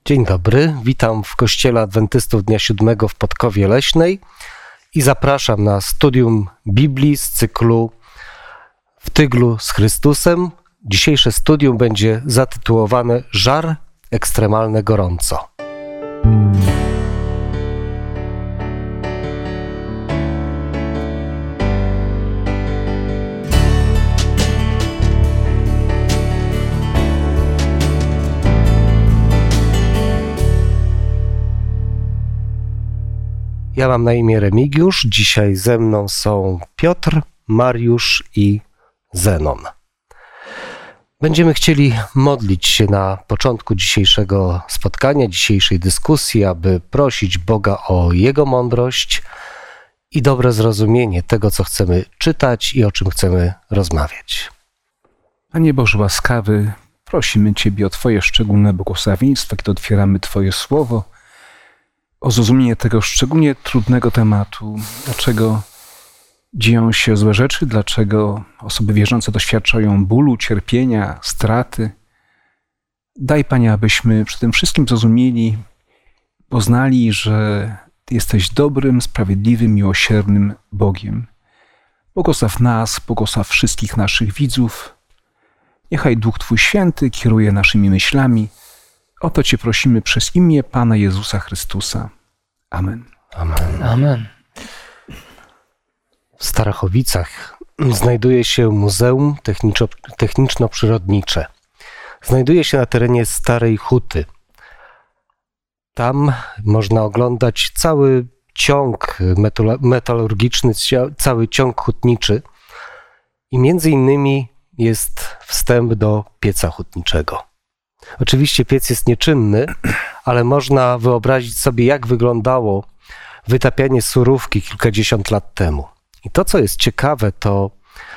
Dzień dobry, witam w Kościele Adwentystów Dnia Siódmego w Podkowie Leśnej i zapraszam na studium Biblii z cyklu W tyglu z Chrystusem. Dzisiejsze studium będzie zatytułowane Żar, ekstremalne gorąco. Ja mam na imię Remigiusz, dzisiaj ze mną są Piotr, Mariusz i Zenon. Będziemy chcieli modlić się na początku dzisiejszego spotkania, dzisiejszej dyskusji, aby prosić Boga o Jego mądrość i dobre zrozumienie tego, co chcemy czytać i o czym chcemy rozmawiać. Panie Boże łaskawy, prosimy Ciebie o Twoje szczególne błogosławieństwo, kiedy otwieramy Twoje słowo, o zrozumienie tego szczególnie trudnego tematu, dlaczego dzieją się złe rzeczy, dlaczego osoby wierzące doświadczają bólu, cierpienia, straty. Daj, Panie, abyśmy przy tym wszystkim zrozumieli, poznali, że Ty jesteś dobrym, sprawiedliwym, miłosiernym Bogiem. Błogosław nas, błogosław wszystkich naszych widzów. Niechaj Duch Twój Święty kieruje naszymi myślami. O to Cię prosimy przez imię Pana Jezusa Chrystusa. Amen. Amen. Amen. W Starachowicach znajduje się Muzeum Techniczno-Przyrodnicze. Znajduje się na terenie Starej Huty. Tam można oglądać cały ciąg metalurgiczny, cały ciąg hutniczy i między innymi jest wstęp do pieca hutniczego. Oczywiście piec jest nieczynny, ale można wyobrazić sobie, jak wyglądało wytapianie surówki kilkadziesiąt lat temu. I to, co jest ciekawe, to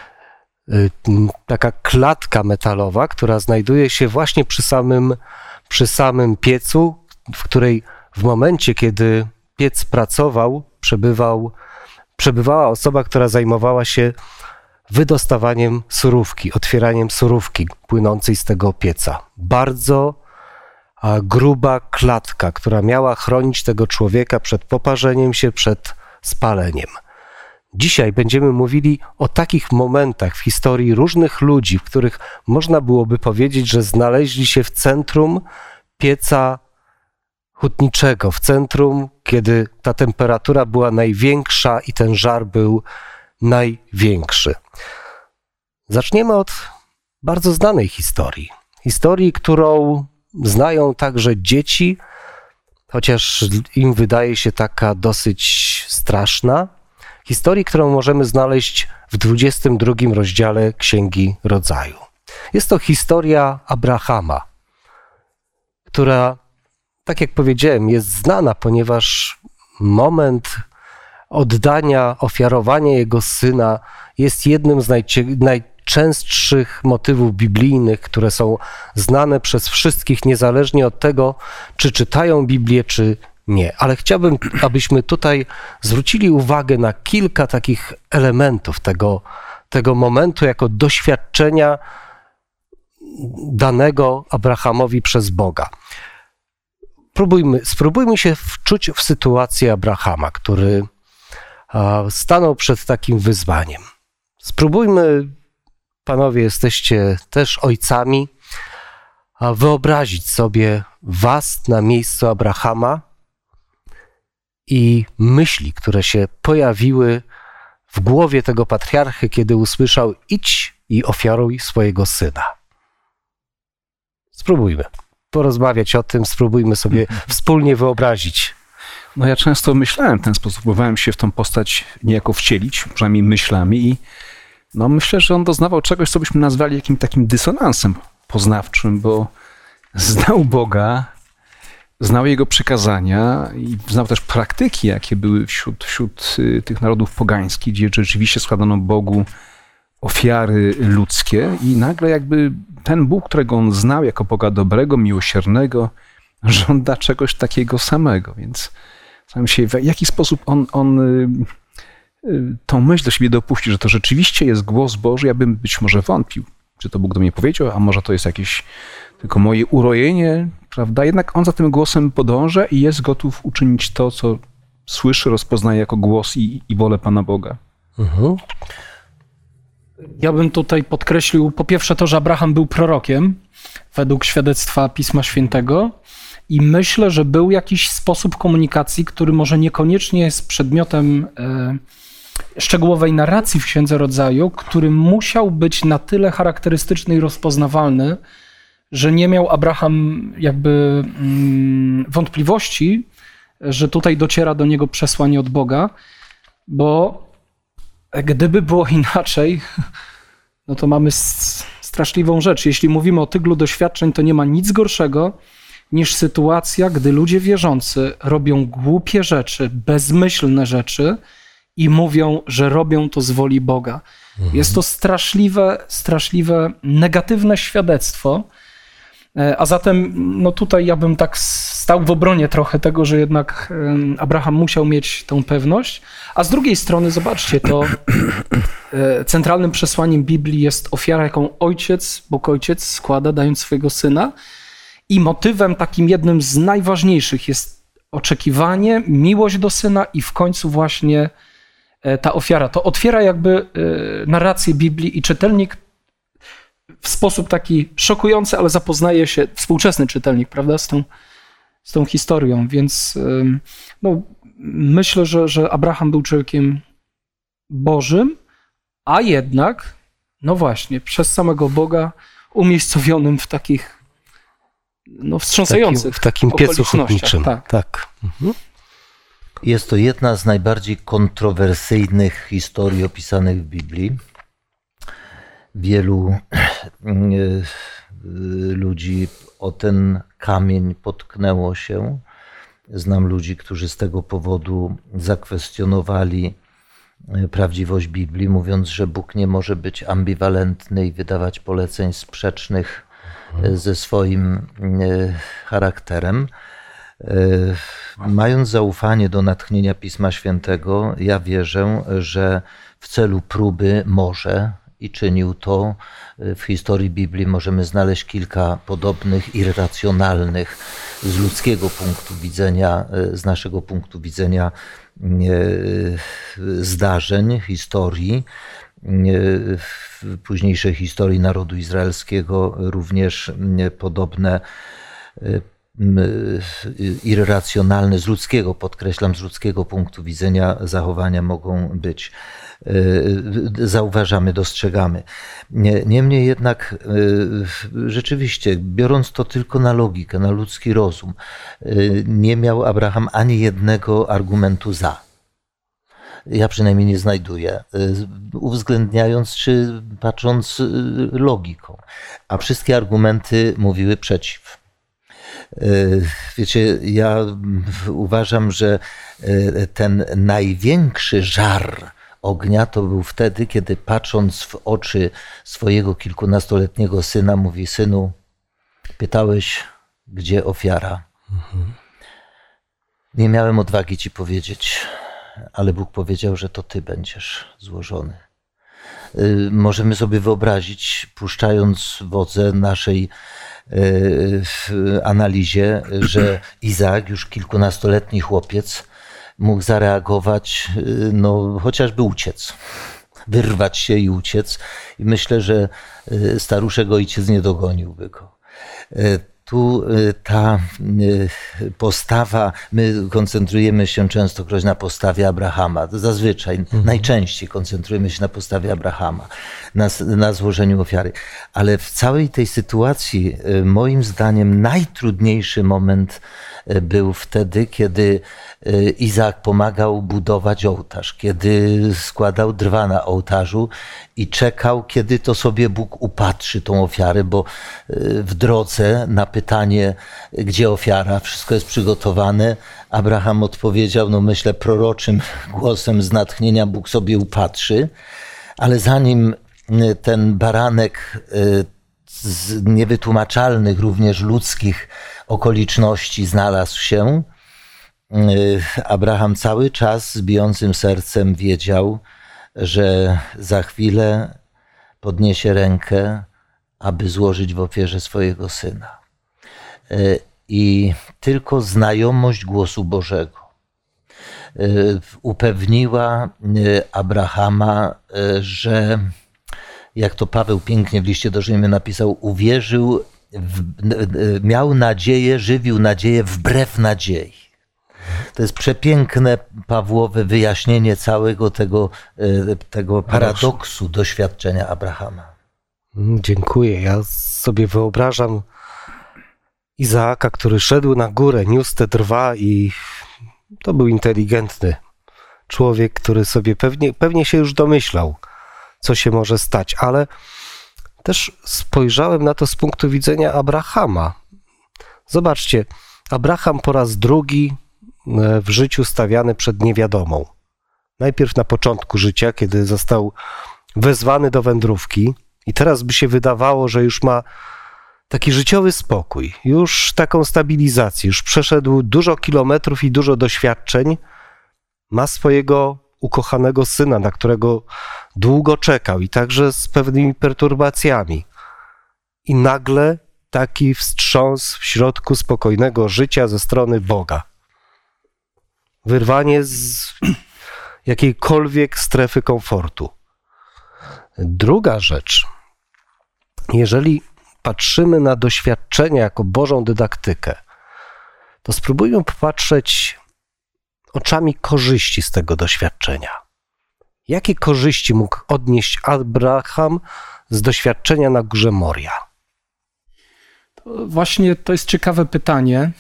taka klatka metalowa, która znajduje się właśnie przy samym piecu, w której w momencie, kiedy piec pracował, przebywała osoba, która zajmowała się wydostawaniem surówki, otwieraniem surówki płynącej z tego pieca. Bardzo gruba klatka, która miała chronić tego człowieka przed poparzeniem się, przed spaleniem. Dzisiaj będziemy mówili o takich momentach w historii różnych ludzi, w których można byłoby powiedzieć, że znaleźli się w centrum pieca hutniczego, w centrum, kiedy ta temperatura była największa i ten żar był największy. Zaczniemy od bardzo znanej historii. Historii, którą znają także dzieci, chociaż im wydaje się taka dosyć straszna. Historii, którą możemy znaleźć w 22 rozdziale Księgi Rodzaju. Jest to historia Abrahama, która, tak jak powiedziałem, jest znana, ponieważ moment oddania, ofiarowania jego syna jest jednym z najczęstszych motywów biblijnych, które są znane przez wszystkich, niezależnie od tego, czy czytają Biblię, czy nie. Ale chciałbym, abyśmy tutaj zwrócili uwagę na kilka takich elementów tego momentu jako doświadczenia danego Abrahamowi przez Boga. Spróbujmy się wczuć w sytuację Abrahama, który stanął przed takim wyzwaniem. Spróbujmy, panowie, jesteście też ojcami, wyobrazić sobie was na miejscu Abrahama i myśli, które się pojawiły w głowie tego patriarchy, kiedy usłyszał: idź i ofiaruj swojego syna. Spróbujmy porozmawiać o tym, spróbujmy sobie wspólnie wyobrazić. No ja często myślałem w ten sposób, próbowałem się w tą postać niejako wcielić, przynajmniej myślami i myślę, że on doznawał czegoś, co byśmy nazwali jakimś takim dysonansem poznawczym, bo znał Boga, znał Jego przykazania i znał też praktyki, jakie były wśród tych narodów pogańskich, gdzie rzeczywiście składano Bogu ofiary ludzkie i nagle jakby ten Bóg, którego on znał jako Boga dobrego, miłosiernego, żąda czegoś takiego samego, więc zastanawiam się, w jaki sposób on tą myśl do siebie dopuści, że to rzeczywiście jest głos Boży. Ja bym być może wątpił, czy to Bóg do mnie powiedział, a może to jest jakieś tylko moje urojenie, prawda? Jednak on za tym głosem podąża i jest gotów uczynić to, co słyszy, rozpoznaje jako głos i wolę Pana Boga. Mhm. Ja bym tutaj podkreślił po pierwsze to, że Abraham był prorokiem według świadectwa Pisma Świętego i myślę, że był jakiś sposób komunikacji, który może niekoniecznie jest przedmiotem szczegółowej narracji w Księdze Rodzaju, który musiał być na tyle charakterystyczny i rozpoznawalny, że nie miał Abraham jakby wątpliwości, że tutaj dociera do niego przesłanie od Boga, bo gdyby było inaczej, no to mamy straszliwą rzecz. Jeśli mówimy o tyglu doświadczeń, to nie ma nic gorszego niż sytuacja, gdy ludzie wierzący robią głupie rzeczy, bezmyślne rzeczy i mówią, że robią to z woli Boga. Jest to straszliwe, negatywne świadectwo. A zatem no tutaj ja bym tak stał w obronie trochę tego, że jednak Abraham musiał mieć tą pewność. A z drugiej strony, zobaczcie, to centralnym przesłaniem Biblii jest ofiara, jaką Bóg Ojciec składa, dając swojego Syna. I motywem takim jednym z najważniejszych jest oczekiwanie, miłość do Syna i w końcu właśnie ta ofiara. To otwiera jakby narrację Biblii i czytelnik w sposób taki szokujący, ale zapoznaje się, współczesny czytelnik, prawda, z tą historią. Więc no, myślę, że Abraham był człowiekiem Bożym, a jednak, no właśnie, przez samego Boga umiejscowionym w takich no, wstrząsających w takim piecu okolicznościach. hutniczym. Tak. Mhm. Jest to jedna z najbardziej kontrowersyjnych historii opisanych w Biblii. Wielu ludzi o ten kamień potknęło się. Znam ludzi, którzy z tego powodu zakwestionowali prawdziwość Biblii, mówiąc, że Bóg nie może być ambiwalentny i wydawać poleceń sprzecznych ze swoim charakterem. Mając zaufanie do natchnienia Pisma Świętego, ja wierzę, że w celu próby może i czynił to. W historii Biblii możemy znaleźć kilka podobnych, irracjonalnych z ludzkiego punktu widzenia, z naszego punktu widzenia zdarzeń, historii. W późniejszej historii narodu izraelskiego również podobne irracjonalne z ludzkiego, podkreślam, z ludzkiego punktu widzenia zachowania mogą być. Zauważamy, dostrzegamy. Niemniej jednak rzeczywiście, biorąc to tylko na logikę, na ludzki rozum, nie miał Abraham ani jednego argumentu za. Ja przynajmniej nie znajduję, uwzględniając czy patrząc logiką, a wszystkie argumenty mówiły przeciw. Wiecie, ja uważam, że ten największy żar ognia to był wtedy, kiedy patrząc w oczy swojego kilkunastoletniego syna, mówi: synu, pytałeś, gdzie ofiara? Nie miałem odwagi ci powiedzieć, ale Bóg powiedział, że to ty będziesz złożony. Możemy sobie wyobrazić, puszczając wodze naszej analizie, że Izaak, już kilkunastoletni chłopiec, mógł zareagować, no chociażby uciec, wyrwać się i uciec. I myślę, że staruszek ojciec nie dogoniłby go. Tu ta postawa, my koncentrujemy się częstokroć na postawie Abrahama, zazwyczaj, najczęściej koncentrujemy się na postawie Abrahama, na złożeniu ofiary. Ale w całej tej sytuacji, moim zdaniem, najtrudniejszy moment był wtedy, kiedy Izaak pomagał budować ołtarz, kiedy składał drwa na ołtarzu i czekał, kiedy to sobie Bóg upatrzy tą ofiarę, bo w drodze na pytanie, gdzie ofiara, wszystko jest przygotowane, Abraham odpowiedział, no myślę, proroczym głosem z natchnienia: Bóg sobie upatrzy, ale zanim ten baranek z niewytłumaczalnych, również ludzkich okoliczności znalazł się, Abraham cały czas z bijącym sercem wiedział, że za chwilę podniesie rękę, aby złożyć w ofierze swojego syna. i tylko znajomość głosu Bożego upewniła Abrahama, że, jak to Paweł pięknie w liście do Rzymian napisał, uwierzył, miał nadzieję, żywił nadzieję wbrew nadziei. To jest przepiękne Pawłowe wyjaśnienie całego tego paradoksu doświadczenia Abrahama. Dziękuję. Ja sobie wyobrażam Izaaka, który szedł na górę, niósł te drwa i to był inteligentny człowiek, który sobie pewnie się już domyślał, co się może stać, ale też spojrzałem na to z punktu widzenia Abrahama. Zobaczcie, Abraham po raz drugi w życiu stawiany przed niewiadomą. Najpierw na początku życia, kiedy został wezwany do wędrówki i teraz by się wydawało, że już ma taki życiowy spokój, już taką stabilizację, już przeszedł dużo kilometrów i dużo doświadczeń, ma swojego ukochanego syna, na którego długo czekał i także z pewnymi perturbacjami. I nagle taki wstrząs w środku spokojnego życia ze strony Boga. Wyrwanie z jakiejkolwiek strefy komfortu. Druga rzecz, jeżeli patrzymy na doświadczenia jako Bożą dydaktykę, to spróbujmy popatrzeć oczami korzyści z tego doświadczenia. Jakie korzyści mógł odnieść Abraham z doświadczenia na górze Moria? Właśnie to jest ciekawe pytanie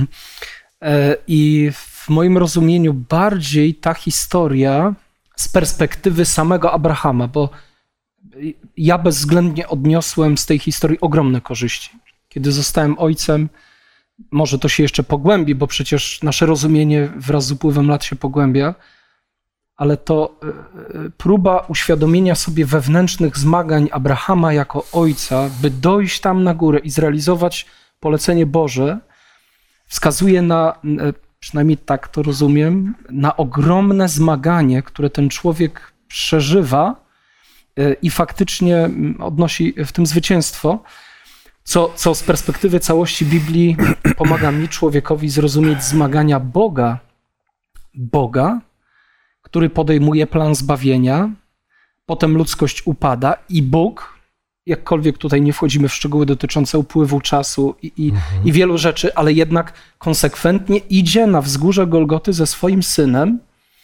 i w moim rozumieniu bardziej ta historia z perspektywy samego Abrahama, bo ja bezwzględnie odniosłem z tej historii ogromne korzyści. Kiedy zostałem ojcem, może to się jeszcze pogłębi, bo przecież nasze rozumienie wraz z upływem lat się pogłębia, ale to próba uświadomienia sobie wewnętrznych zmagań Abrahama jako ojca, by dojść tam na górę i zrealizować polecenie Boże, wskazuje na, przynajmniej tak to rozumiem, na ogromne zmaganie, które ten człowiek przeżywa i faktycznie odnosi w tym zwycięstwo, co z perspektywy całości Biblii pomaga mi, człowiekowi, zrozumieć zmagania Boga, który podejmuje plan zbawienia, potem ludzkość upada i Bóg, jakkolwiek tutaj nie wchodzimy w szczegóły dotyczące upływu czasu i wielu rzeczy, ale jednak konsekwentnie idzie na wzgórze Golgoty ze swoim synem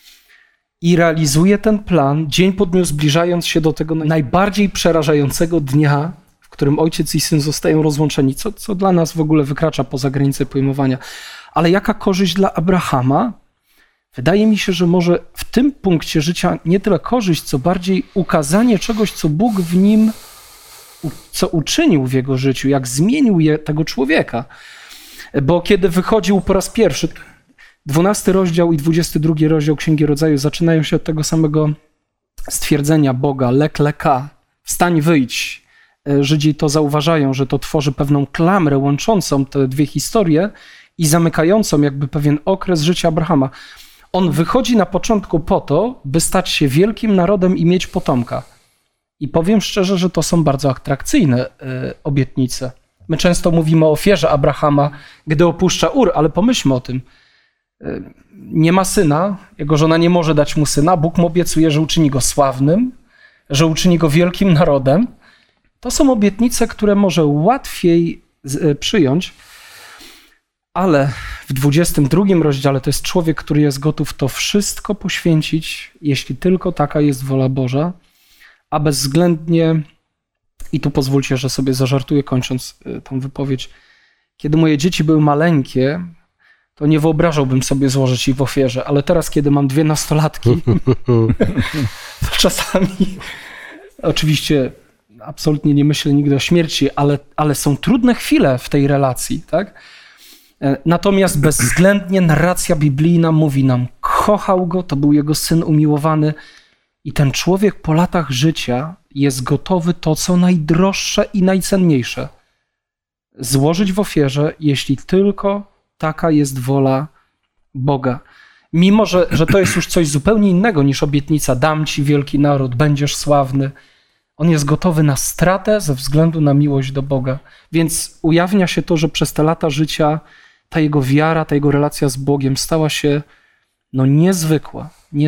i realizuje ten plan dzień po dniu, zbliżając się do tego najbardziej przerażającego dnia, w którym ojciec i syn zostają rozłączeni, co dla nas w ogóle wykracza poza granicę pojmowania. Ale jaka korzyść dla Abrahama? Wydaje mi się, że może w tym punkcie życia nie tyle korzyść, co bardziej ukazanie czegoś, co Bóg w nim, co uczynił w jego życiu, jak zmienił tego człowieka. Bo kiedy wychodził po raz pierwszy, 12 rozdział i 22 rozdział Księgi Rodzaju zaczynają się od tego samego stwierdzenia Boga, lek leka, wstań, wyjdź. Żydzi to zauważają, że to tworzy pewną klamrę łączącą te dwie historie i zamykającą jakby pewien okres życia Abrahama. On wychodzi na początku po to, by stać się wielkim narodem i mieć potomka. I powiem szczerze, że to są bardzo atrakcyjne obietnice. My często mówimy o ofierze Abrahama, gdy opuszcza Ur, ale pomyślmy o tym. Nie ma syna, jego żona nie może dać mu syna, Bóg mu obiecuje, że uczyni go sławnym, że uczyni go wielkim narodem. To są obietnice, które może łatwiej przyjąć, ale w 22 rozdziale to jest człowiek, który jest gotów to wszystko poświęcić, jeśli tylko taka jest wola Boża, a bezwzględnie, i tu pozwólcie, że sobie zażartuję, kończąc tą wypowiedź, kiedy moje dzieci były maleńkie, to nie wyobrażałbym sobie złożyć ich w ofierze, ale teraz, kiedy mam 2 nastolatki, to czasami, oczywiście absolutnie nie myślę nigdy o śmierci, ale są trudne chwile w tej relacji, tak? Natomiast bezwzględnie narracja biblijna mówi nam, kochał go, to był jego syn umiłowany i ten człowiek po latach życia jest gotowy to, co najdroższe i najcenniejsze, złożyć w ofierze, jeśli tylko taka jest wola Boga. Mimo, że to jest już coś zupełnie innego niż obietnica, dam ci wielki naród, będziesz sławny. On jest gotowy na stratę ze względu na miłość do Boga. Więc ujawnia się to, że przez te lata życia ta jego wiara, ta jego relacja z Bogiem stała się niezwykła.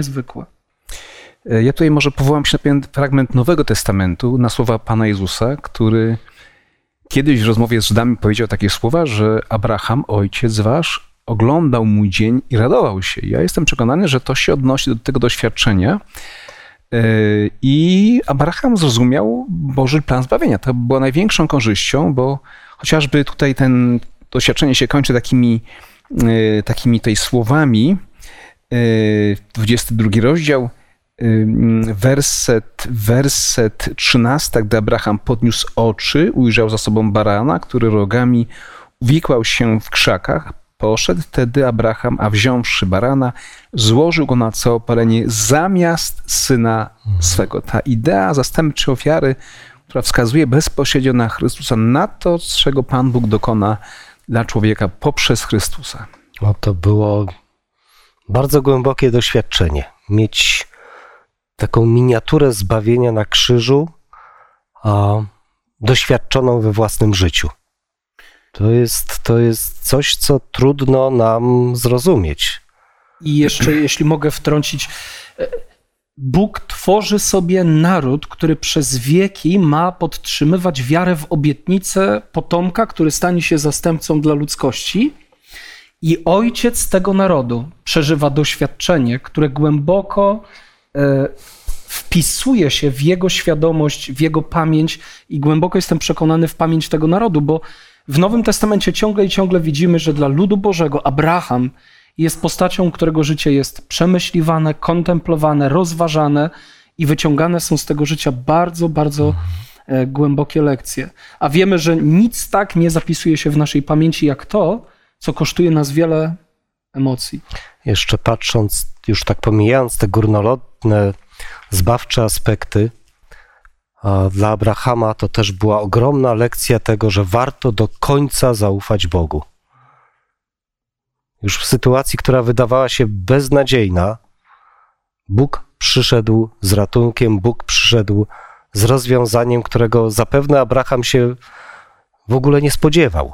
Ja tutaj może powołam się na pewien fragment Nowego Testamentu, na słowa Pana Jezusa, który kiedyś w rozmowie z Żydami powiedział takie słowa, że Abraham, ojciec wasz, oglądał mój dzień i radował się. Ja jestem przekonany, że to się odnosi do tego doświadczenia i Abraham zrozumiał Boży plan zbawienia. To było największą korzyścią, bo chociażby tutaj ten doświadczenie się kończy takimi tutaj słowami. 22 rozdział, werset 13, gdy Abraham podniósł oczy, ujrzał za sobą barana, który rogami uwikłał się w krzakach. Poszedł wtedy Abraham, a wziąwszy barana, złożył go na całopalenie zamiast syna swego. Ta idea zastępczej ofiary, która wskazuje bezpośrednio na Chrystusa, na to, czego Pan Bóg dokona dla człowieka poprzez Chrystusa. To było bardzo głębokie doświadczenie. Mieć taką miniaturę zbawienia na krzyżu, doświadczoną we własnym życiu. To jest coś, co trudno nam zrozumieć. I jeszcze, jeśli mogę wtrącić, Bóg tworzy sobie naród, który przez wieki ma podtrzymywać wiarę w obietnicę potomka, który stanie się zastępcą dla ludzkości. I ojciec tego narodu przeżywa doświadczenie, które głęboko wpisuje się w jego świadomość, w jego pamięć i głęboko jestem przekonany w pamięć tego narodu, bo w Nowym Testamencie ciągle i ciągle widzimy, że dla ludu Bożego Abraham jest postacią, którego życie jest przemyśliwane, kontemplowane, rozważane i wyciągane są z tego życia bardzo, bardzo głębokie lekcje. A wiemy, że nic tak nie zapisuje się w naszej pamięci jak to, co kosztuje nas wiele emocji. Jeszcze patrząc, już tak pomijając te górnolotne, zbawcze aspekty, dla Abrahama to też była ogromna lekcja tego, że warto do końca zaufać Bogu. Już w sytuacji, która wydawała się beznadziejna, Bóg przyszedł z ratunkiem, Bóg przyszedł z rozwiązaniem, którego zapewne Abraham się w ogóle nie spodziewał.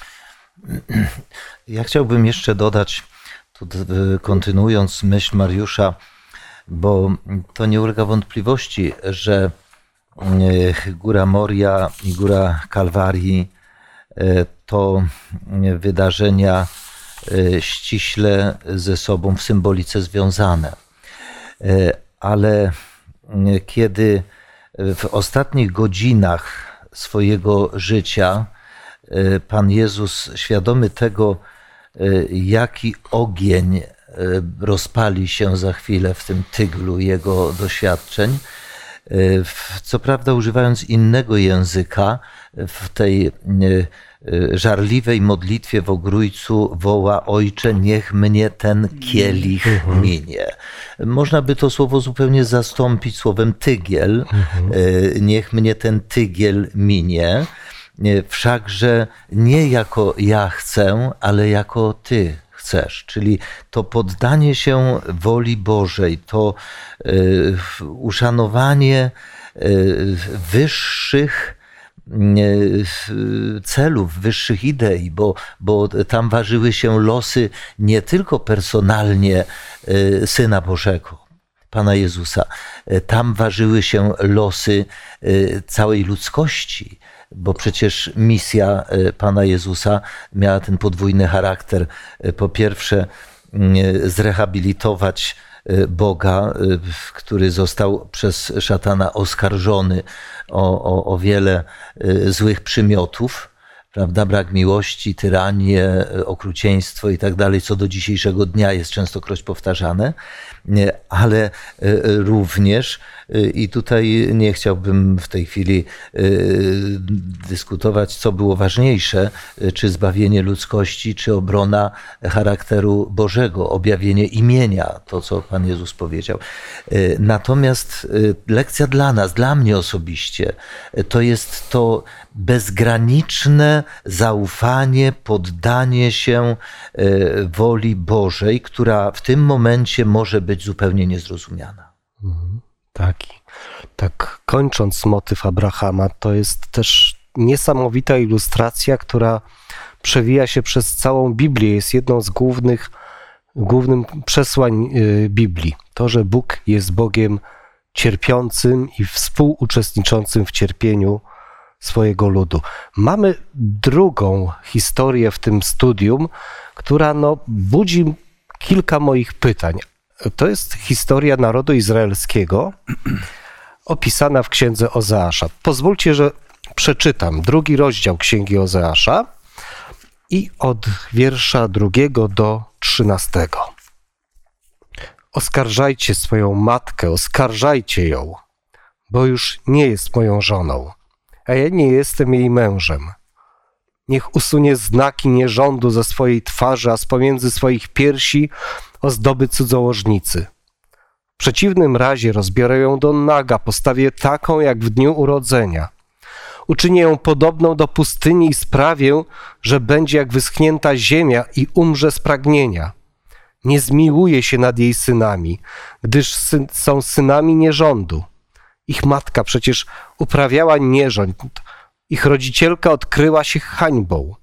Ja chciałbym jeszcze dodać, kontynuując myśl Mariusza, bo to nie ulega wątpliwości, że Góra Moria i Góra Kalwarii to wydarzenia ściśle ze sobą w symbolice związane. Ale kiedy w ostatnich godzinach swojego życia Pan Jezus, świadomy tego, jaki ogień rozpali się za chwilę w tym tyglu jego doświadczeń, co prawda używając innego języka, w tej żarliwej modlitwie w Ogrójcu woła: Ojcze, niech mnie ten kielich minie. Można by to słowo zupełnie zastąpić słowem tygiel. Niech mnie ten tygiel minie. Wszakże nie jako ja chcę, ale jako Ty chcesz. Czyli to poddanie się woli Bożej, to uszanowanie wyższych celów, wyższych idei, bo tam ważyły się losy nie tylko personalnie Syna Bożego, Pana Jezusa. Tam ważyły się losy całej ludzkości, bo przecież misja Pana Jezusa miała ten podwójny charakter. Po pierwsze, zrehabilitować Boga, który został przez szatana oskarżony o wiele złych przymiotów, prawda? Brak miłości, tyranię, okrucieństwo i tak dalej, co do dzisiejszego dnia jest częstokroć powtarzane, ale również, i tutaj nie chciałbym w tej chwili dyskutować, co było ważniejsze, czy zbawienie ludzkości, czy obrona charakteru Bożego, objawienie imienia, to co Pan Jezus powiedział. Natomiast lekcja dla nas, dla mnie osobiście, to jest to bezgraniczne zaufanie, poddanie się woli Bożej, która w tym momencie może być zupełnie niezrozumiana. Tak kończąc motyw Abrahama, to jest też niesamowita ilustracja, która przewija się przez całą Biblię, jest jedną z głównym przesłań Biblii. To, że Bóg jest Bogiem cierpiącym i współuczestniczącym w cierpieniu swojego ludu. Mamy drugą historię w tym studium, która budzi kilka moich pytań. To jest historia narodu izraelskiego, opisana w księdze Ozeasza. Pozwólcie, że przeczytam 2 rozdział księgi Ozeasza i od wiersza 2 do 13. Oskarżajcie swoją matkę, oskarżajcie ją, bo już nie jest moją żoną, a ja nie jestem jej mężem. Niech usunie znaki nierządu ze swojej twarzy, a z pomiędzy swoich piersi ozdoby cudzołożnicy. W przeciwnym razie rozbiorę ją do naga, postawię taką jak w dniu urodzenia. Uczynię ją podobną do pustyni i sprawię, że będzie jak wyschnięta ziemia i umrze z pragnienia. Nie zmiłuje się nad jej synami, gdyż są synami nierządu. Ich matka przecież uprawiała nierząd, ich rodzicielka odkryła się hańbą,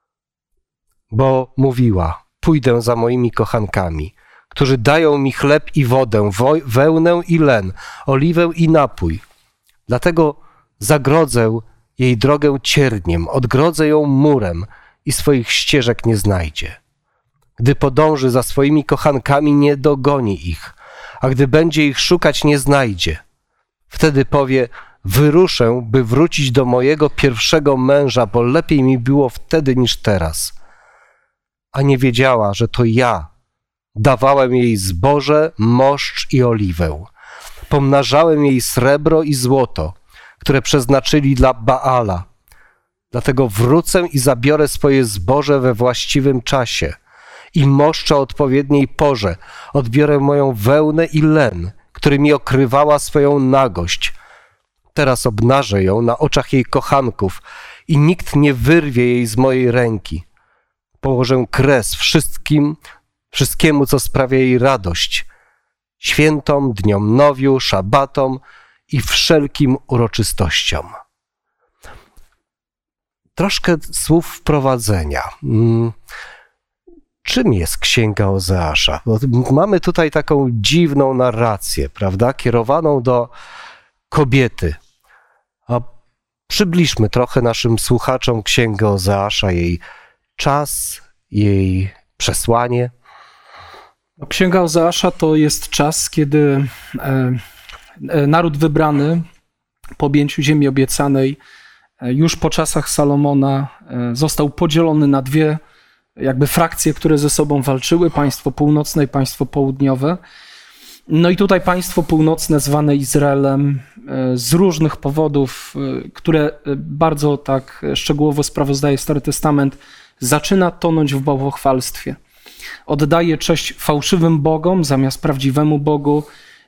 bo mówiła: pójdę za moimi kochankami, którzy dają mi chleb i wodę, wełnę i len, oliwę i napój. Dlatego zagrodzę jej drogę cierniem, odgrodzę ją murem i swoich ścieżek nie znajdzie. Gdy podąży za swoimi kochankami, nie dogoni ich, a gdy będzie ich szukać, nie znajdzie. Wtedy powie: wyruszę, by wrócić do mojego pierwszego męża, bo lepiej mi było wtedy niż teraz. A nie wiedziała, że to ja dawałem jej zboże, moszcz i oliwę. Pomnażałem jej srebro i złoto, które przeznaczyli dla Baala. Dlatego wrócę i zabiorę swoje zboże we właściwym czasie i moszcz o odpowiedniej porze. Odbiorę moją wełnę i len, którymi okrywała swoją nagość. Teraz obnażę ją na oczach jej kochanków i nikt nie wyrwie jej z mojej ręki. Położę kres wszystkiemu, co sprawia jej radość, świętom, dniom nowiu, szabatom i wszelkim uroczystościom. Troszkę słów wprowadzenia. Czym jest Księga Ozeasza? Bo mamy tutaj taką dziwną narrację, prawda? Kierowaną do kobiety. A przybliżmy trochę naszym słuchaczom Księgę Ozeasza, jej czas, jej przesłanie. Księga Ozeasza to jest czas, kiedy naród wybrany po objęciu ziemi obiecanej już po czasach Salomona został podzielony na dwie jakby frakcje, które ze sobą walczyły, państwo północne i państwo południowe. No i tutaj państwo północne, zwane Izraelem, z różnych powodów, które bardzo tak szczegółowo sprawozdaje Stary Testament, zaczyna tonąć w bałwochwalstwie. Oddaje cześć fałszywym bogom zamiast prawdziwemu Bogu,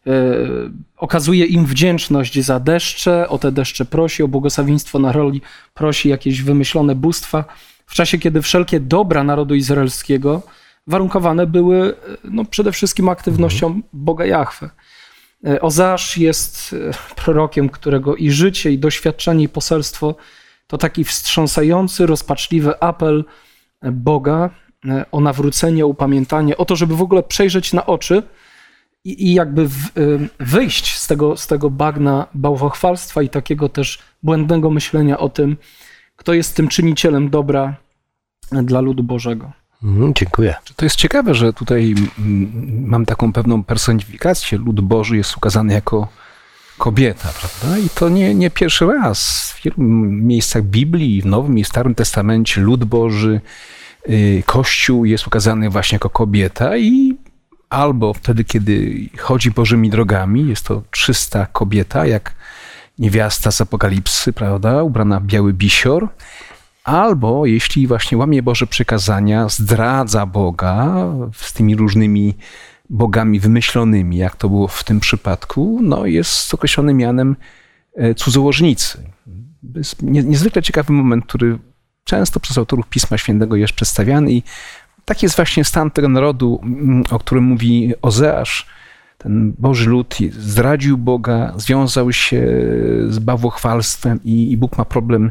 okazuje im wdzięczność za deszcze, o te deszcze prosi, o błogosławieństwo na roli prosi jakieś wymyślone bóstwa, w czasie kiedy wszelkie dobra narodu izraelskiego warunkowane były przede wszystkim aktywnością Boga Jahwe. Ozeasz jest prorokiem, którego i życie, i doświadczenie, i poselstwo to taki wstrząsający, rozpaczliwy apel Boga o nawrócenie, o upamiętanie, o to, żeby w ogóle przejrzeć na oczy i jakby wyjść z tego bagna bałwochwalstwa i takiego też błędnego myślenia o tym, kto jest tym czynicielem dobra dla ludu Bożego. Dziękuję. To jest ciekawe, że tutaj mam taką pewną personifikację. Lud Boży jest ukazany jako kobieta, prawda? I to nie pierwszy raz. W wielu miejscach Biblii, w Nowym i Starym Testamencie lud Boży, Kościół jest ukazany właśnie jako kobieta i albo wtedy, kiedy chodzi Bożymi drogami, jest to czysta kobieta, jak niewiasta z Apokalipsy, prawda, ubrana w biały bisior, albo jeśli właśnie łamie Boże przykazania, zdradza Boga z tymi różnymi bogami wymyślonymi, jak to było w tym przypadku, jest określony mianem cudzołożnicy. To jest niezwykle ciekawy moment, który często przez autorów Pisma Świętego jest przedstawiany i taki jest właśnie stan tego narodu, o którym mówi Ozeasz. Ten Boży lud zdradził Boga, związał się z bałwochwalstwem i Bóg ma problem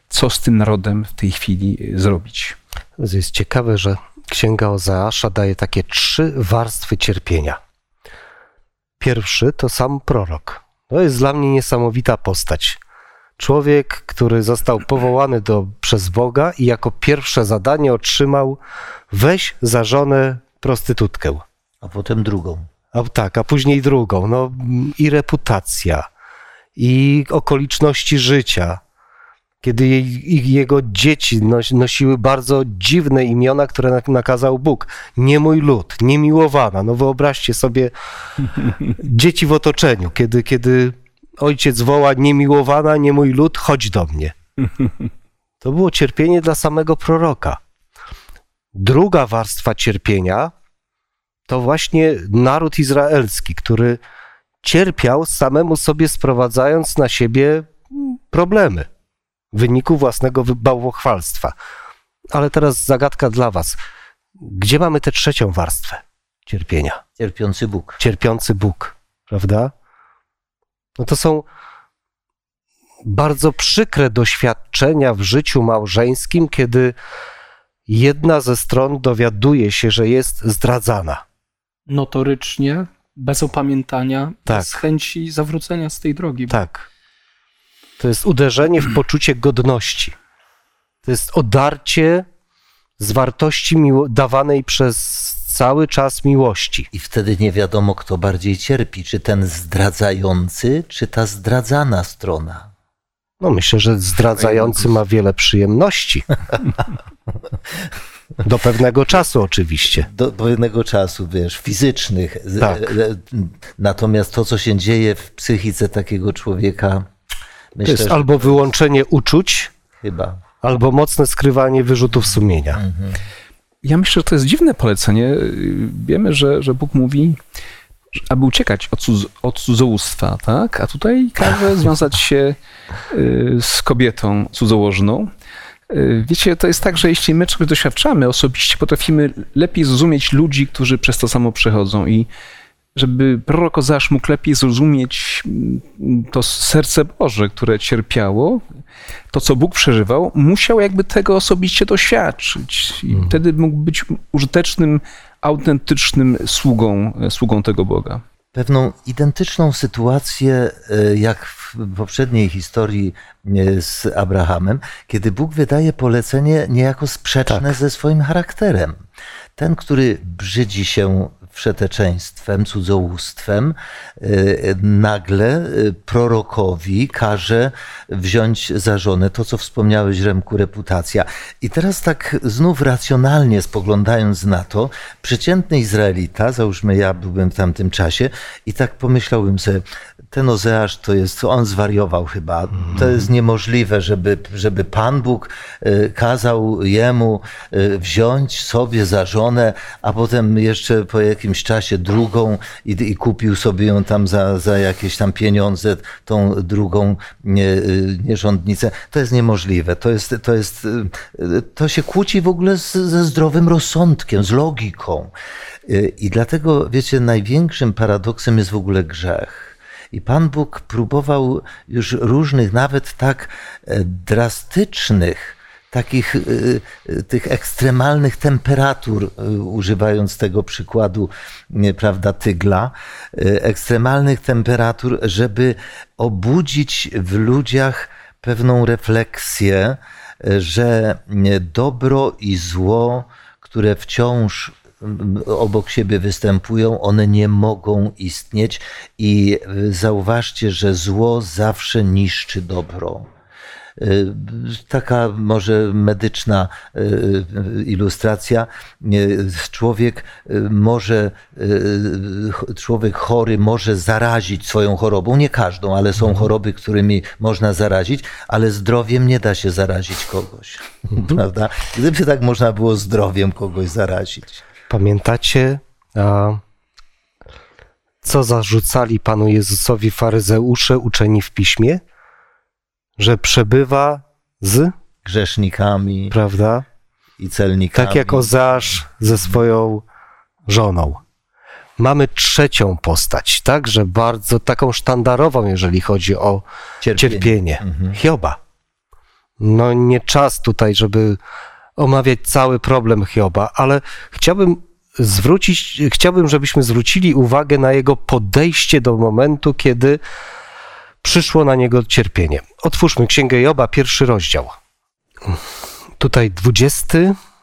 co z tym narodem w tej chwili zrobić. Jest ciekawe, że Księga Ozeasza daje takie 3 warstwy cierpienia. Pierwszy to sam prorok. To jest dla mnie niesamowita postać. Człowiek, który został powołany przez Boga i jako pierwsze zadanie otrzymał: weź za żonę prostytutkę. A potem drugą. A później drugą. No, i reputacja, i okoliczności życia. Kiedy jego dzieci nosiły bardzo dziwne imiona, które nakazał Bóg. Nie mój lud, niemiłowana. No wyobraźcie sobie dzieci w otoczeniu, kiedy ojciec woła: niemiłowana, nie mój lud, chodź do mnie. To było cierpienie dla samego proroka. Druga warstwa cierpienia to właśnie naród izraelski, który cierpiał samemu sobie, sprowadzając na siebie problemy w wyniku własnego bałwochwalstwa. Ale teraz zagadka dla was. Gdzie mamy tę trzecią warstwę cierpienia? Cierpiący Bóg. Cierpiący Bóg, prawda? No to są bardzo przykre doświadczenia w życiu małżeńskim, kiedy jedna ze stron dowiaduje się, że jest zdradzana. Notorycznie, bez opamiętania, Tak. bez chęci zawrócenia z tej drogi. Tak. To jest uderzenie w poczucie godności. To jest odarcie z wartości dawanej przez cały czas miłości. I wtedy nie wiadomo, kto bardziej cierpi, czy ten zdradzający, czy ta zdradzana strona. No myślę, że zdradzający ma wiele przyjemności. Do pewnego czasu oczywiście. Do pewnego czasu, wiesz, fizycznych. Tak. Natomiast to, co się dzieje w psychice takiego człowieka, To myślę, jest że albo wyłączenie uczuć, chyba. albo mocne skrywanie wyrzutów sumienia. Ja myślę, że to jest dziwne polecenie. Wiemy, że Bóg mówi, aby uciekać od cudzołóstwa, tak? A tutaj każe związać się z kobietą cudzołożną. Wiecie, to jest tak, że jeśli my czegoś doświadczamy osobiście, potrafimy lepiej zrozumieć ludzi, którzy przez to samo przechodzą. I żeby prorok Ozeasz mógł lepiej zrozumieć to serce Boże, które cierpiało, to, co Bóg przeżywał, musiał jakby tego osobiście doświadczyć. I wtedy mógł być użytecznym, autentycznym sługą tego Boga. Pewną identyczną sytuację, jak w poprzedniej historii z Abrahamem, kiedy Bóg wydaje polecenie niejako sprzeczne ze swoim charakterem. Ten, który brzydzi się wszeteczeństwem, cudzołóstwem, nagle prorokowi każe wziąć za żonę to, co wspomniałeś, Remku, reputacja. I teraz tak znów racjonalnie spoglądając na to, przeciętny Izraelita, załóżmy ja byłem w tamtym czasie i tak pomyślałbym sobie, ten Ozeasz to jest, on zwariował chyba. To jest niemożliwe, żeby Pan Bóg kazał jemu wziąć sobie za żonę, a potem jeszcze po jakimś czasie drugą i kupił sobie ją tam za jakieś tam pieniądze, tą drugą nierządnicę. To jest niemożliwe. To się kłóci w ogóle ze zdrowym rozsądkiem, z logiką. I dlatego, wiecie, największym paradoksem jest w ogóle grzech. I Pan Bóg próbował już różnych, nawet tak drastycznych, takich tych ekstremalnych temperatur, używając tego przykładu, prawda, tygla, ekstremalnych temperatur, żeby obudzić w ludziach pewną refleksję, że dobro i zło, które wciąż obok siebie występują, one nie mogą istnieć i zauważcie, że zło zawsze niszczy dobro. Taka może medyczna ilustracja. Człowiek chory może zarazić swoją chorobą, nie każdą, ale są choroby, którymi można zarazić, ale zdrowiem nie da się zarazić kogoś, prawda? Gdyby tak można było zdrowiem kogoś zarazić. Pamiętacie, co zarzucali Panu Jezusowi faryzeusze uczeni w Piśmie? Że przebywa z grzesznikami, prawda? I celnikami. Tak jak Ozeasz ze swoją żoną. Mamy trzecią postać, także bardzo taką sztandarową, jeżeli chodzi o cierpienie. Hioba. No nie czas tutaj, żeby omawiać cały problem Hioba, ale chciałbym, żebyśmy zwrócili uwagę na jego podejście do momentu, kiedy przyszło na niego cierpienie. Otwórzmy Księgę Joba, 1 rozdział. Tutaj 20,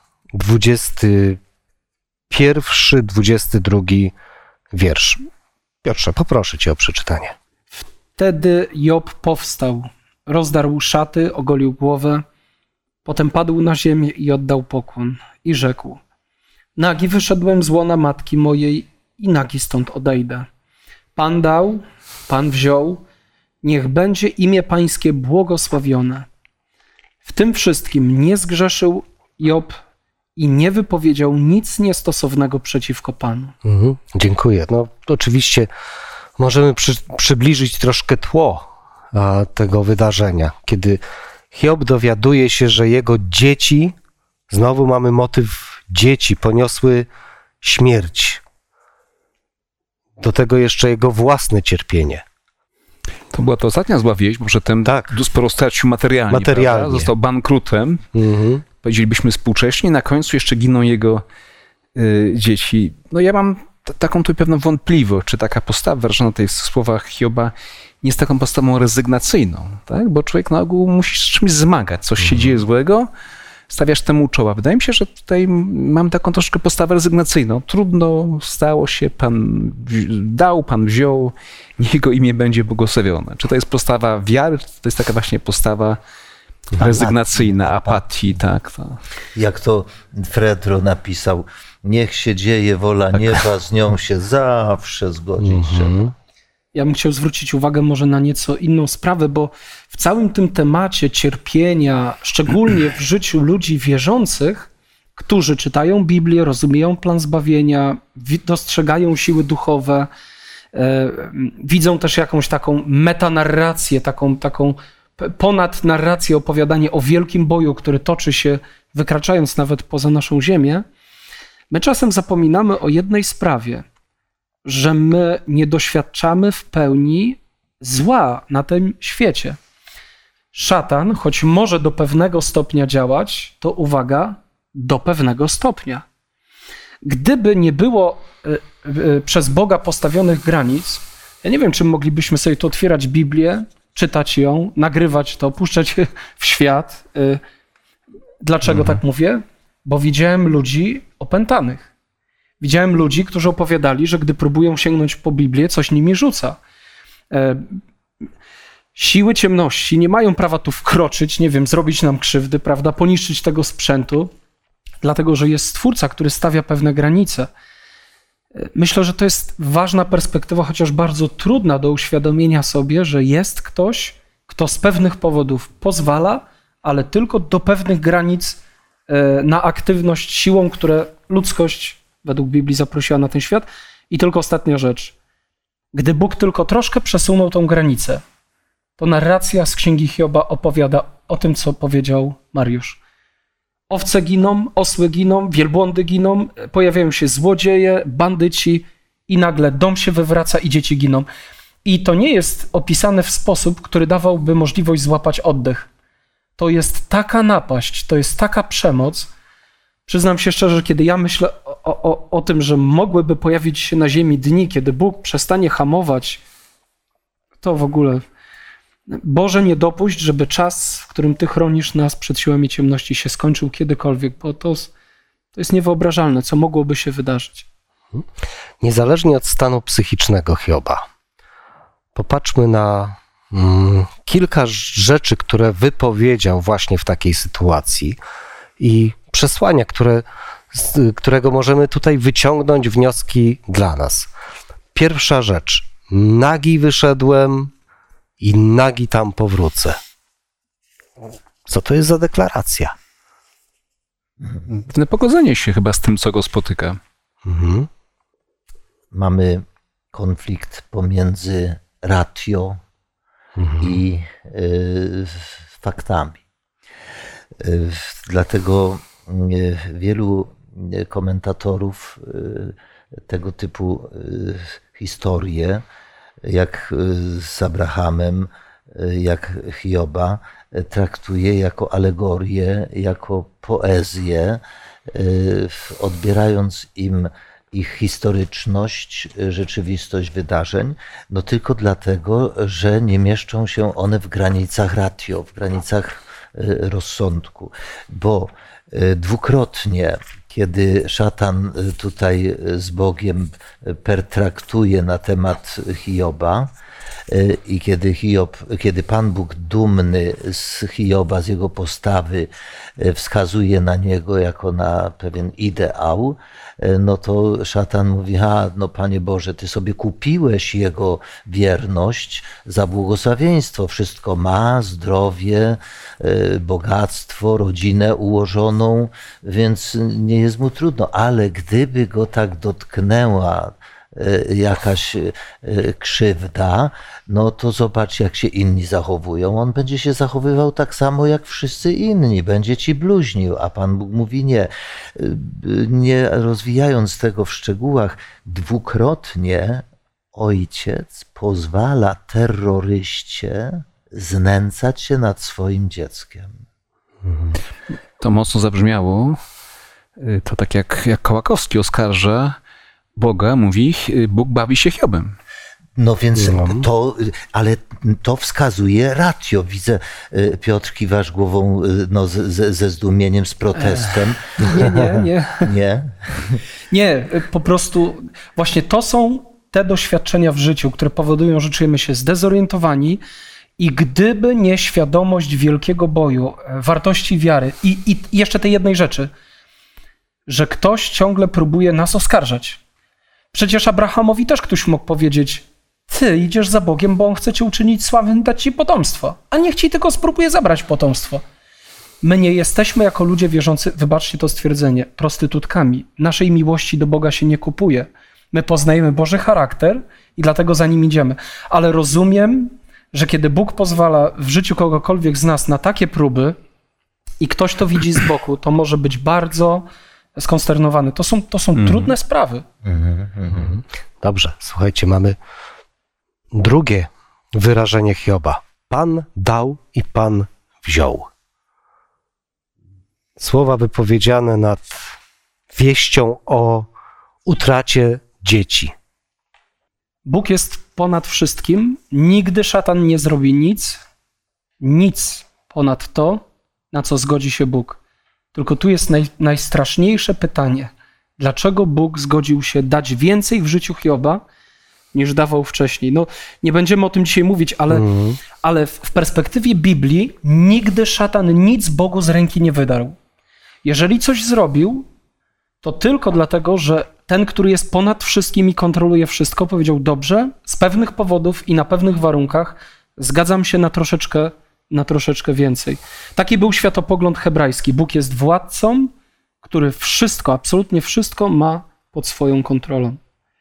21, 22 wiersz. Piotrze, poproszę cię o przeczytanie. Wtedy Job powstał, rozdarł szaty, ogolił głowę, potem padł na ziemię i oddał pokłon i rzekł: nagi wyszedłem z łona matki mojej i nagi stąd odejdę. Pan dał, Pan wziął, niech będzie imię Pańskie błogosławione. W tym wszystkim nie zgrzeszył Job i nie wypowiedział nic niestosownego przeciwko Panu. Dziękuję. No oczywiście możemy przybliżyć troszkę tło tego wydarzenia, kiedy Hiob dowiaduje się, że jego dzieci, znowu mamy motyw dzieci, poniosły śmierć. Do tego jeszcze jego własne cierpienie. To była to ostatnia zła wieść, bo przedtem sporo stracił materialnie. Prawda? Został bankrutem. Powiedzielibyśmy współcześnie. Na końcu jeszcze giną jego dzieci. No ja mam taką tu pewną wątpliwość, czy taka postawa wyrażona tutaj w słowach Hioba nie jest taką postawą rezygnacyjną, tak? Bo człowiek na ogół musi z czymś zmagać. Coś się dzieje złego, stawiasz temu czoła. Wydaje mi się, że tutaj mam taką troszkę postawę rezygnacyjną. Trudno, stało się, Pan dał, Pan wziął, niech jego imię będzie błogosławione. Czy to jest postawa wiary, czy to jest taka właśnie postawa rezygnacyjna, apatii, tak? Jak to Fredro napisał, niech się dzieje wola nieba, z nią się zawsze zgodzić trzeba. Ja bym chciał zwrócić uwagę może na nieco inną sprawę, bo w całym tym temacie cierpienia, szczególnie w życiu ludzi wierzących, którzy czytają Biblię, rozumieją plan zbawienia, dostrzegają siły duchowe, widzą też jakąś taką metanarrację, taką ponadnarrację, opowiadanie o wielkim boju, który toczy się, wykraczając nawet poza naszą ziemię, my czasem zapominamy o jednej sprawie, że my nie doświadczamy w pełni zła na tym świecie. Szatan, choć może do pewnego stopnia działać, to uwaga, do pewnego stopnia. Gdyby nie było przez Boga postawionych granic, ja nie wiem, czy moglibyśmy sobie tu otwierać Biblię, czytać ją, nagrywać to, puszczać w świat. Dlaczego tak mówię? Bo widziałem ludzi opętanych. Widziałem ludzi, którzy opowiadali, że gdy próbują sięgnąć po Biblię, coś nimi rzuca. Siły ciemności nie mają prawa tu wkroczyć, nie wiem, zrobić nam krzywdy, prawda, poniszczyć tego sprzętu, dlatego że jest Stwórca, który stawia pewne granice. Myślę, że to jest ważna perspektywa, chociaż bardzo trudna do uświadomienia sobie, że jest ktoś, kto z pewnych powodów pozwala, ale tylko do pewnych granic na aktywność siłą, które ludzkość według Biblii zaprosiła na ten świat. I tylko ostatnia rzecz. Gdy Bóg tylko troszkę przesunął tą granicę, to narracja z Księgi Hioba opowiada o tym, co powiedział Mariusz. Owce giną, osły giną, wielbłądy giną, pojawiają się złodzieje, bandyci i nagle dom się wywraca i dzieci giną. I to nie jest opisane w sposób, który dawałby możliwość złapać oddech. To jest taka napaść, to jest taka przemoc. Przyznam się szczerze, że kiedy ja myślę o tym, że mogłyby pojawić się na ziemi dni, kiedy Bóg przestanie hamować, to w ogóle... Boże, nie dopuść, żeby czas, w którym Ty chronisz nas przed siłami ciemności, się skończył kiedykolwiek, bo to jest niewyobrażalne, co mogłoby się wydarzyć. Niezależnie od stanu psychicznego Hioba, popatrzmy na kilka rzeczy, które wypowiedział właśnie w takiej sytuacji i przesłania, którego możemy tutaj wyciągnąć wnioski dla nas. Pierwsza rzecz. Nagi wyszedłem i nagi tam powrócę. Co to jest za deklaracja? Pewne pogodzenie się chyba z tym, co go spotyka. Mamy konflikt pomiędzy ratio i faktami. Dlatego wielu komentatorów tego typu historie, jak z Abrahamem, jak Hioba, traktuje jako alegorię, jako poezję, odbierając im ich historyczność, rzeczywistość wydarzeń, no tylko dlatego, że nie mieszczą się one w granicach ratio, w granicach rozsądku, bo dwukrotnie, kiedy szatan tutaj z Bogiem pertraktuje na temat Hioba i kiedy Pan Bóg dumny z Hioba, z jego postawy, wskazuje na niego jako na pewien ideał, no to szatan mówi: no Panie Boże, Ty sobie kupiłeś jego wierność za błogosławieństwo. Wszystko ma, zdrowie, bogactwo, rodzinę ułożoną, więc nie jest mu trudno. Ale gdyby go tak dotknęła jakaś krzywda, no to zobacz, jak się inni zachowują. On będzie się zachowywał tak samo jak wszyscy inni, będzie ci bluźnił, a Pan Bóg mówi nie. Nie rozwijając tego w szczegółach, dwukrotnie ojciec pozwala terroryście znęcać się nad swoim dzieckiem. To mocno zabrzmiało. To tak jak Kołakowski oskarża Boga, mówi: Bóg bawi się Hiobem. No więc ale to wskazuje ratio. Widzę, Piotr, kiwasz głową ze zdumieniem, z protestem. Nie. Nie, po prostu właśnie to są te doświadczenia w życiu, które powodują, że czujemy się zdezorientowani i gdyby nie świadomość wielkiego boju, wartości wiary i jeszcze tej jednej rzeczy, że ktoś ciągle próbuje nas oskarżać. Przecież Abrahamowi też ktoś mógł powiedzieć: ty idziesz za Bogiem, bo on chce cię uczynić sławnym, dać ci potomstwo, a niech ci tylko spróbuje zabrać potomstwo. My nie jesteśmy jako ludzie wierzący, wybaczcie to stwierdzenie, prostytutkami. Naszej miłości do Boga się nie kupuje. My poznajemy Boży charakter i dlatego za nim idziemy. Ale rozumiem, że kiedy Bóg pozwala w życiu kogokolwiek z nas na takie próby i ktoś to widzi z boku, to może być bardzo skonsternowany. To są trudne sprawy. Dobrze, słuchajcie, mamy drugie wyrażenie Hioba. Pan dał i Pan wziął. Słowa wypowiedziane nad wieścią o utracie dzieci. Bóg jest ponad wszystkim. Nigdy szatan nie zrobi nic ponad to, na co zgodzi się Bóg. Tylko tu jest najstraszniejsze pytanie. Dlaczego Bóg zgodził się dać więcej w życiu Hioba, niż dawał wcześniej? No, nie będziemy o tym dzisiaj mówić, ale w perspektywie Biblii nigdy szatan nic Bogu z ręki nie wydarł. Jeżeli coś zrobił, to tylko dlatego, że ten, który jest ponad wszystkim i kontroluje wszystko, powiedział: dobrze, z pewnych powodów i na pewnych warunkach zgadzam się na troszeczkę więcej. Taki był światopogląd hebrajski. Bóg jest władcą, który wszystko, absolutnie wszystko ma pod swoją kontrolą.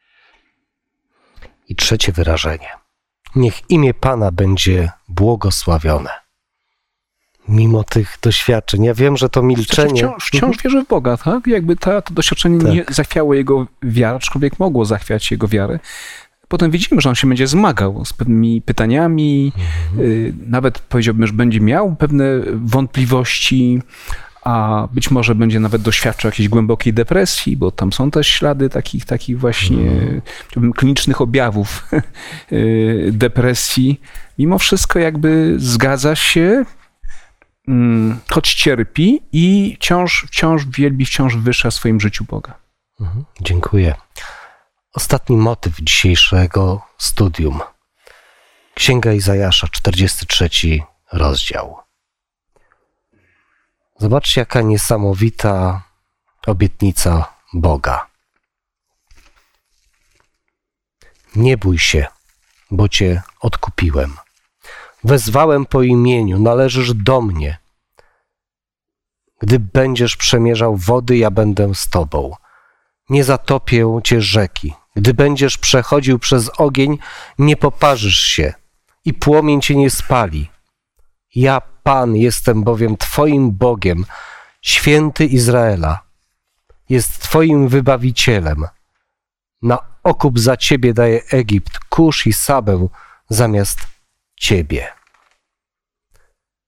I trzecie wyrażenie. Niech imię Pana będzie błogosławione. Mimo tych doświadczeń. Ja wiem, że to milczenie... Wciąż wierzy w Boga, tak? Jakby to doświadczenie nie zachwiało jego wiarę, aczkolwiek mogło zachwiać jego wiarę. Potem widzimy, że on się będzie zmagał z pewnymi pytaniami, nawet powiedziałbym, że będzie miał pewne wątpliwości, a być może będzie nawet doświadczał jakiejś głębokiej depresji, bo tam są też ślady takich właśnie klinicznych objawów depresji. Mimo wszystko jakby zgadza się, choć cierpi i wciąż wielbi, wciąż wyższa w swoim życiu Boga. Dziękuję. Ostatni motyw dzisiejszego studium. Księga Izajasza, 43 rozdział. Zobaczcie, jaka niesamowita obietnica Boga. Nie bój się, bo cię odkupiłem. Wezwałem po imieniu, należysz do mnie. Gdy będziesz przemierzał wody, ja będę z tobą. Nie zatopię cię rzeki. Gdy będziesz przechodził przez ogień, nie poparzysz się i płomień cię nie spali. Ja, Pan, jestem bowiem twoim Bogiem, święty Izraela. Jest twoim wybawicielem. Na okup za ciebie daję Egipt, Kusz i Sabę zamiast ciebie.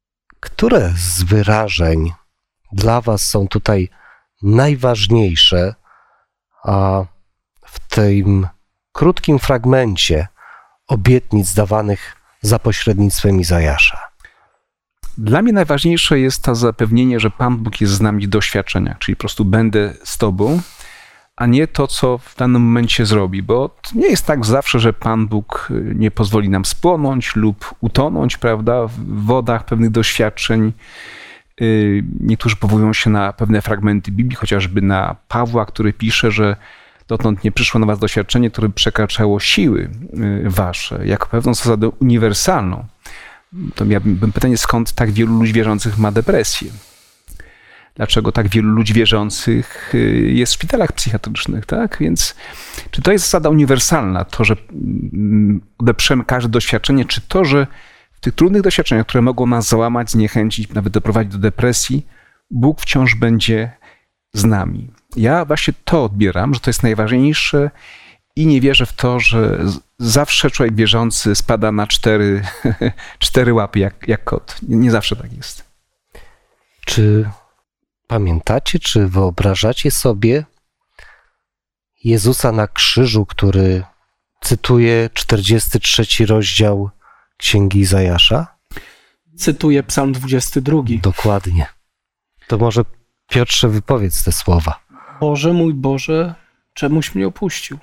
Które z wyrażeń dla was są tutaj najważniejsze, a w tym krótkim fragmencie obietnic dawanych za pośrednictwem Izajasza? Dla mnie najważniejsze jest to zapewnienie, że Pan Bóg jest z nami w doświadczeniach, czyli po prostu będę z Tobą, a nie to, co w danym momencie zrobi, bo to nie jest tak zawsze, że Pan Bóg nie pozwoli nam spłonąć lub utonąć, prawda, w wodach pewnych doświadczeń. Niektórzy powołują się na pewne fragmenty Biblii, chociażby na Pawła, który pisze, że dotąd nie przyszło na was doświadczenie, które przekraczało siły wasze, jako pewną zasadę uniwersalną. To miałbym pytanie, skąd tak wielu ludzi wierzących ma depresję? Dlaczego tak wielu ludzi wierzących jest w szpitalach psychiatrycznych, tak? Więc czy to jest zasada uniwersalna, to, że odeprzemy każde doświadczenie, czy to, że w tych trudnych doświadczeniach, które mogą nas załamać, zniechęcić, nawet doprowadzić do depresji, Bóg wciąż będzie z nami. Ja właśnie to odbieram, że to jest najważniejsze i nie wierzę w to, że zawsze człowiek wierzący spada na cztery łapy jak kot. Nie zawsze tak jest. Czy pamiętacie, czy wyobrażacie sobie Jezusa na krzyżu, który cytuje 43 rozdział Księgi Izajasza? Cytuję Psalm 22. Dokładnie. To może Piotrze wypowiedz te słowa. Boże mój Boże, czemuś mnie opuścił?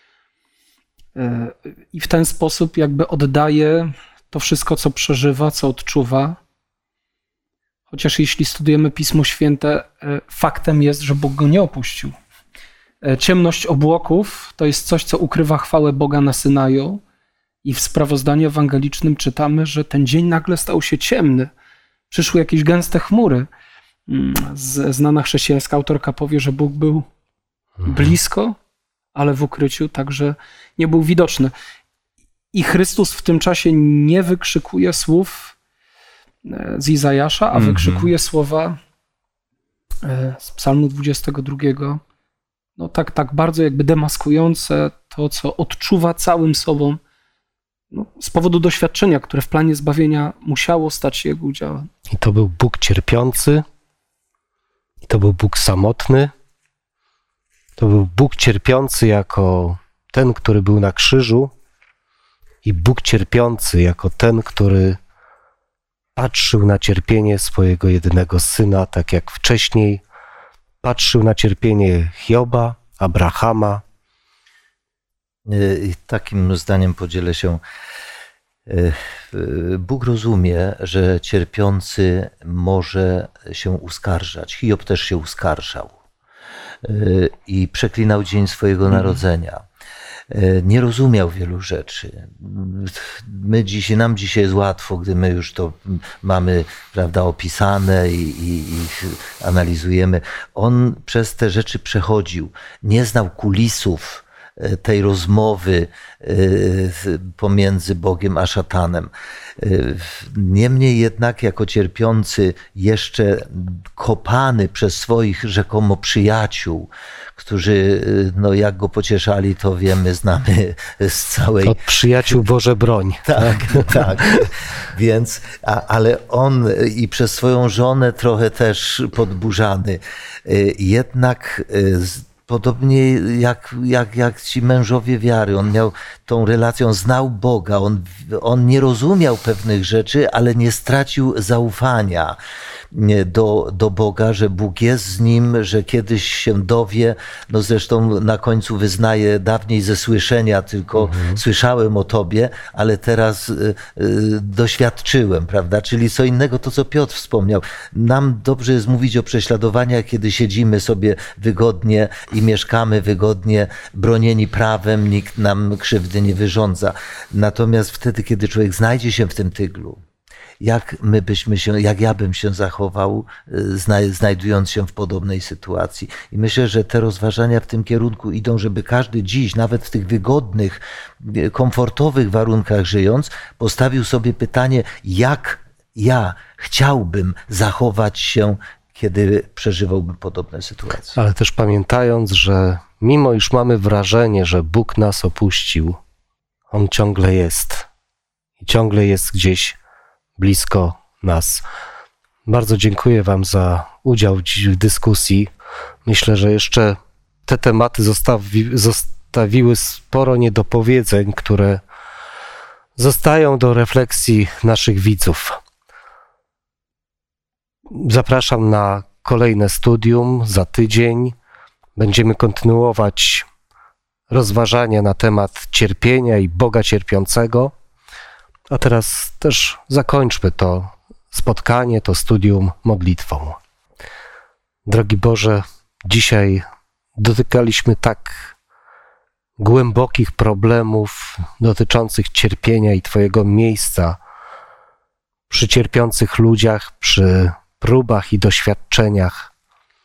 I w ten sposób jakby oddaje to wszystko, co przeżywa, co odczuwa. Chociaż jeśli studujemy Pismo Święte, faktem jest, że Bóg go nie opuścił. Ciemność obłoków to jest coś, co ukrywa chwałę Boga na Synaju. I w sprawozdaniu ewangelicznym czytamy, że ten dzień nagle stał się ciemny. Przyszły jakieś gęste chmury. Znana chrześcijańska autorka powie, że Bóg był blisko, ale w ukryciu, także nie był widoczny. I Chrystus w tym czasie nie wykrzykuje słów z Izajasza, a wykrzykuje słowa z Psalmu 22, no tak bardzo jakby demaskujące to, co odczuwa całym sobą, no, z powodu doświadczenia, które w planie zbawienia musiało stać się jego udziałem. I to był Bóg cierpiący, i to był Bóg samotny, to był Bóg cierpiący jako ten, który był na krzyżu, i Bóg cierpiący jako ten, który patrzył na cierpienie swojego jedynego Syna, tak jak wcześniej patrzył na cierpienie Hioba, Abrahama. Takim zdaniem podzielę się. Bóg rozumie, że cierpiący może się uskarżać. Hiob też się uskarżał i przeklinał dzień swojego narodzenia. Nie rozumiał wielu rzeczy. Nam dzisiaj jest łatwo, gdy my już to mamy, prawda, opisane i analizujemy. On przez te rzeczy przechodził. Nie znał kulisów tej rozmowy pomiędzy Bogiem a szatanem. Niemniej jednak jako cierpiący, jeszcze kopany przez swoich rzekomo przyjaciół, którzy, no jak go pocieszali, to wiemy, znamy z całej... Od przyjaciół Boże broń. Tak, tak. Więc, ale on i przez swoją żonę trochę też podburzany, jednak podobnie jak ci mężowie wiary, on miał tą relację, on znał Boga, on nie rozumiał pewnych rzeczy, ale nie stracił zaufania do Boga, że Bóg jest z nim, że kiedyś się dowie, no zresztą na końcu wyznaje, dawniej ze słyszenia tylko słyszałem o Tobie, ale teraz doświadczyłem, prawda? Czyli co innego to, co Piotr wspomniał. Nam dobrze jest mówić o prześladowaniach, kiedy siedzimy sobie wygodnie i mieszkamy wygodnie, bronieni prawem, nikt nam krzywdy nie wyrządza. Natomiast wtedy, kiedy człowiek znajdzie się w tym tyglu, jak ja bym się zachował, znajdując się w podobnej sytuacji. I myślę, że te rozważania w tym kierunku idą, żeby każdy dziś, nawet w tych wygodnych, komfortowych warunkach żyjąc, postawił sobie pytanie, jak ja chciałbym zachować się, kiedy przeżywałbym podobne sytuacje. Ale też pamiętając, że mimo iż mamy wrażenie, że Bóg nas opuścił, On ciągle jest. I ciągle jest gdzieś blisko nas. Bardzo dziękuję Wam za udział dziś w dyskusji. Myślę, że jeszcze te tematy zostawiły sporo niedopowiedzeń, które zostają do refleksji naszych widzów. Zapraszam na kolejne studium za tydzień. Będziemy kontynuować rozważania na temat cierpienia i Boga cierpiącego. A teraz też zakończmy to spotkanie, to studium modlitwą. Drogi Boże, dzisiaj dotykaliśmy tak głębokich problemów dotyczących cierpienia i Twojego miejsca przy cierpiących ludziach, przy próbach i doświadczeniach.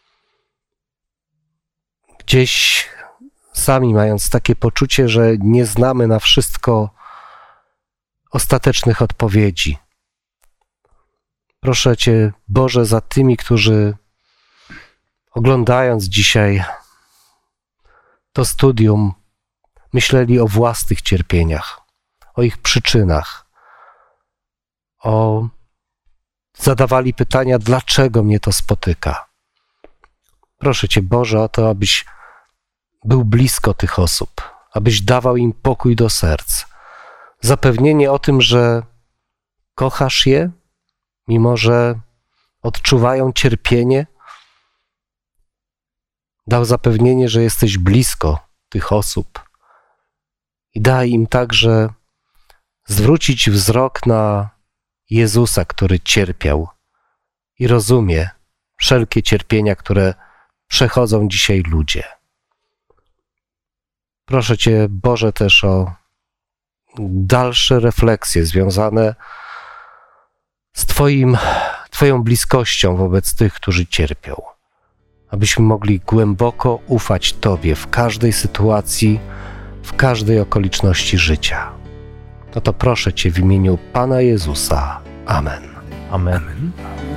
Gdzieś sami mając takie poczucie, że nie znamy na wszystko ostatecznych odpowiedzi. Proszę Cię, Boże, za tymi, którzy oglądając dzisiaj to studium, myśleli o własnych cierpieniach, o ich przyczynach, zadawali pytania, dlaczego mnie to spotyka. Proszę Cię, Boże, o to, abyś był blisko tych osób, abyś dawał im pokój do serc. Zapewnienie o tym, że kochasz je, mimo że odczuwają cierpienie. Dał zapewnienie, że jesteś blisko tych osób. I daj im także zwrócić wzrok na Jezusa, który cierpiał i rozumie wszelkie cierpienia, które przechodzą dzisiaj ludzie. Proszę Cię, Boże, też o dalsze refleksje związane z Twoją bliskością wobec tych, którzy cierpią. Abyśmy mogli głęboko ufać Tobie w każdej sytuacji, w każdej okoliczności życia. No to proszę Cię w imieniu Pana Jezusa. Amen. Amen. Amen.